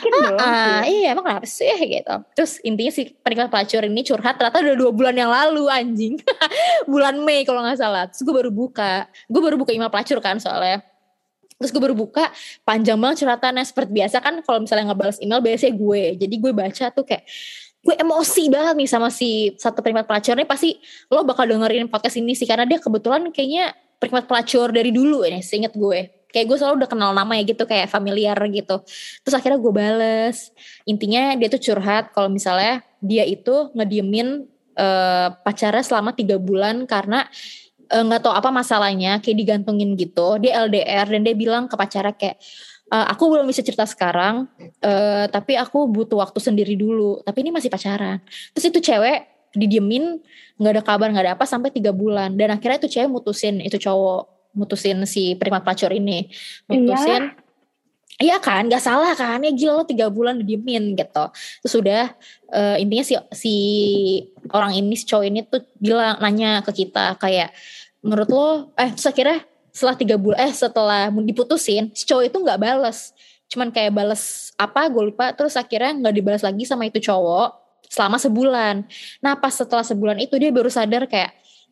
iya emang kenapa sih gitu. Terus intinya si penikmat pelacur ini curhat ternyata udah 2 bulan yang lalu anjing. Bulan Mei kalau gak salah. Terus gue baru buka email pelacur kan soalnya. Terus gue baru buka panjang banget curhatannya seperti biasa kan kalau misalnya ngebales email biasanya gue. Jadi gue baca tuh kayak gue emosi banget nih sama si satu penikmat pelacur ini. Pasti lo bakal dengerin podcast ini sih karena dia kebetulan kayaknya penikmat pelacur dari dulu ya seinget gue. Kayak gue selalu udah kenal nama ya gitu kayak familiar gitu. Terus akhirnya gue bales. Intinya dia tuh curhat kalau misalnya dia itu ngediemin pacarnya selama 3 bulan karena gak tahu apa masalahnya kayak digantungin gitu. Dia LDR dan dia bilang ke pacarnya kayak aku belum bisa cerita sekarang, tapi aku butuh waktu sendiri dulu. Tapi ini masih pacaran. Terus itu cewek didiemin, nggak ada kabar, nggak ada apa sampai 3 bulan. Dan akhirnya itu cewek mutusin si penikmat pelacur ini, mutusin. Iya kan, nggak salah kan? Ya gila lo 3 bulan didiemin gitu. Terus udah intinya si orang ini, si cowok ini tuh nanya ke kita kayak menurut lo, terus akhirnya setelah 3 bulan setelah diputusin si cowok itu nggak balas, cuman kayak balas apa gue lupa. Terus akhirnya nggak dibalas lagi sama itu cowok selama sebulan. Nah pas setelah sebulan itu dia baru sadar kayak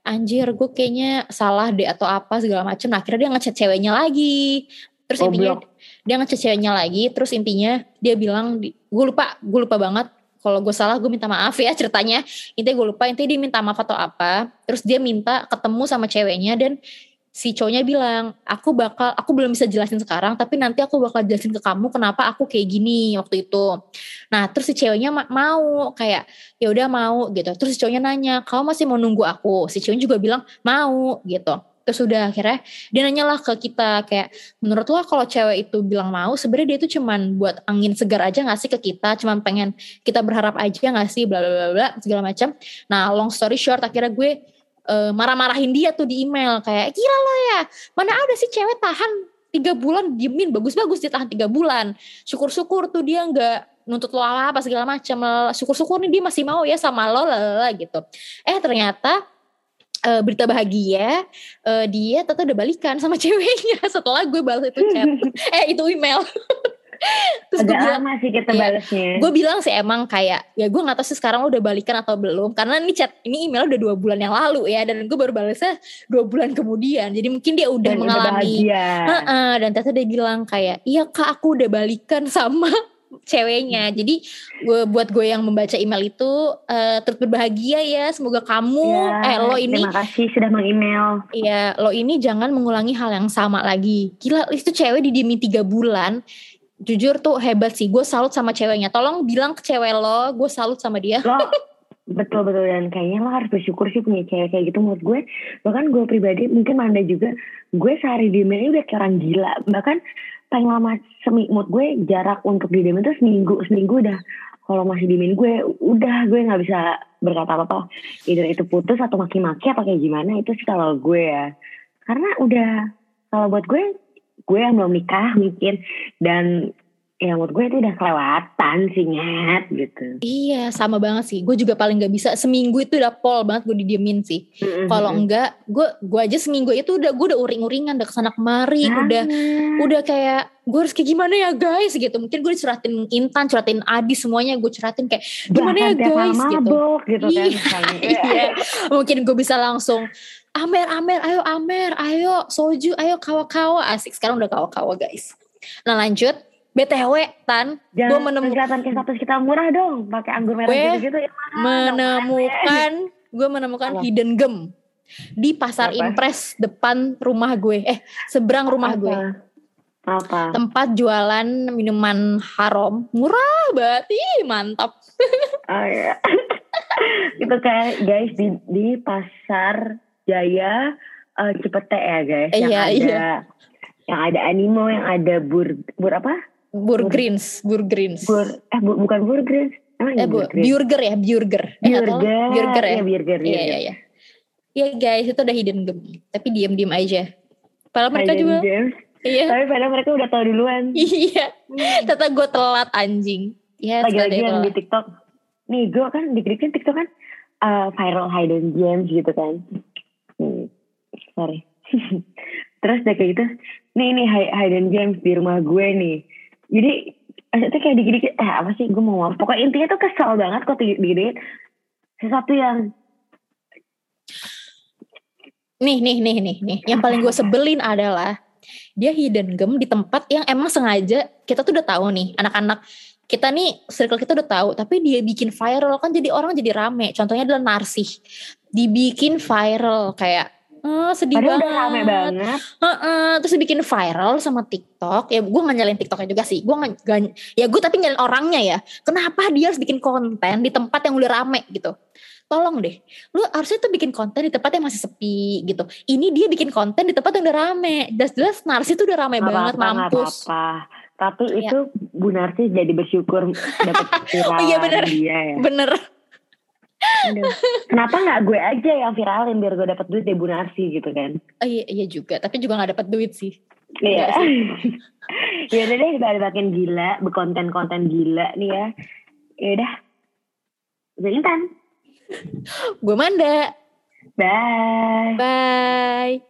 anjir gue kayaknya salah deh atau apa segala macem. Nah akhirnya dia ngechat ceweknya lagi. Terus intinya dia ngechat ceweknya lagi. Terus intinya dia bilang, gue lupa banget. Kalau gue salah gue minta maaf ya ceritanya. Intinya gue lupa, intinya dia minta maaf atau apa. Terus dia minta ketemu sama ceweknya dan si cowoknya bilang, aku belum bisa jelasin sekarang, tapi nanti aku bakal jelasin ke kamu kenapa aku kayak gini waktu itu. Nah, terus si ceweknya mau kayak, ya udah mau gitu. Terus si cowoknya nanya, kamu masih mau nunggu aku? Si cowoknya juga bilang mau gitu. Terus udah akhirnya dia nanyalah ke kita kayak, menurut lo kalau cewek itu bilang mau, sebenarnya dia itu cuman buat angin segar aja nggak sih ke kita? Cuman pengen kita berharap aja nggak sih? Bla bla bla bla segala macam. Nah, long story short, akhirnya gue marah-marahin dia tuh di email kayak gila lo ya, mana ada sih cewek tahan 3 bulan diemin, bagus-bagus dia tahan 3 bulan, syukur-syukur tuh dia nggak nuntut lo apa segala macam, syukur-syukur nih dia masih mau ya sama lo lah gitu. Ternyata berita bahagia, dia ternyata udah balikan sama ceweknya setelah gue balas itu chat itu email. Terus agak lama sih kita balasnya. Gue bilang sih emang kayak, ya gue gak tahu sih sekarang lo udah balikan atau belum, karena ini email udah 2 bulan yang lalu ya, dan gue baru balasnya 2 bulan kemudian, jadi mungkin dia udah dan mengalami dan ternyata dia bilang kayak, iya kak aku udah balikan sama ceweknya. Jadi buat gue yang membaca email itu terus berbahagia ya, semoga kamu lo ini terima kasih sudah meng-email. Iya, lo ini jangan mengulangi hal yang sama lagi. Gila, itu cewek didiemin 3 bulan. Jujur tuh hebat sih, gue salut sama ceweknya. Tolong bilang ke cewek lo, gue salut sama dia. Lo betul dan kayaknya lo harus bersyukur sih punya cewek kayak gitu. Menurut gue, bahkan gue pribadi, mungkin Manda juga, gue sehari diemin udah kayak orang gila. Bahkan paling lama menurut gue jarak untuk diemin tuh seminggu udah. Kalau masih diemin gue, udah gue nggak bisa berkata apa-apa. Either itu putus atau maki-maki apa kayak gimana, itu sih kalau gue ya. Karena udah, kalau buat gue yang belum nikah mungkin, dan ya menurut gue itu udah kelewatan sih Nyet gitu. Iya sama banget sih, gue juga paling gak bisa seminggu itu udah pol banget gue didiemin sih. Kalau enggak gue aja seminggu itu gue udah uring-uringan, udah kesana kemari, udah kayak gue harus kayak gimana ya guys gitu. Mungkin gue dicuratin Intan, curatin Adi, semuanya gue curatin kayak gimana ya guys gitu kan. Iya. Mungkin gue bisa langsung Amer, ayo soju, ayo kawa-kawa, asik. Sekarang udah kawa-kawa guys. Nah lanjut, BTW Tan, gue kelihatan kayak status kita murah dong, pakai anggur merah gitu-gitu ya. Gue menemukan hidden gem di pasar Impres depan rumah gue, seberang rumah gue. Apa? Tempat jualan minuman haram, murah banget, mantap. Oh iya. Itu kayak guys di pasar Jaya Cipete ya guys, yang ada Animo, yang ada bur apa? Burgreens. Bukan Burgreens. Burger ya. Burger ya. Iya guys, itu udah hidden gem, tapi diam-diam aja. Padahal mereka juga. Iya. Tapi padahal mereka udah tahu duluan. Iya. Ternyata gue telat anjing. Ya. Lagi-lagi yang di TikTok. Nih gue kan dikritik TikTok kan viral hidden gems gitu kan. Sorry. Terus udah kayak gitu, nih hidden gems di rumah gue nih. Jadi itu kayak dikit-dikit apa sih gue mau ngomong. Pokoknya intinya tuh kesal banget kok dikit-dikit. Sesuatu yang nih. Yang paling gue sebelin adalah dia hidden gem di tempat yang emang sengaja kita tuh udah tahu nih, anak-anak kita nih, circle kita udah tahu, tapi dia bikin viral kan, jadi orang jadi rame. Contohnya adalah Narsih, dibikin viral kayak sedih padahal banget. Udah rame banget. Terus dibikin viral sama TikTok. Ya gue gak nyalain TikToknya juga sih. Gue tapi nyalain orangnya ya. Kenapa dia harus bikin konten di tempat yang udah rame gitu? Tolong deh. Lu harusnya tuh bikin konten di tempat yang masih sepi gitu. Ini dia bikin konten di tempat yang udah rame. Jelas-jelas Narsi tuh udah rame banget, mampus. Tapi itu Bu Narsi jadi bersyukur dapat viralin iya bener. Dia ya. Bener. Aduh. Kenapa gak gue aja yang viralin biar gue dapat duit dari Bu Narsi gitu kan? Iya juga, tapi juga gak dapat duit sih. Iya. Ya udah deh, kita makin gila, berkonten-konten gila nih ya. Ya udah. Gue Intan. Gue Manda. Bye. Bye.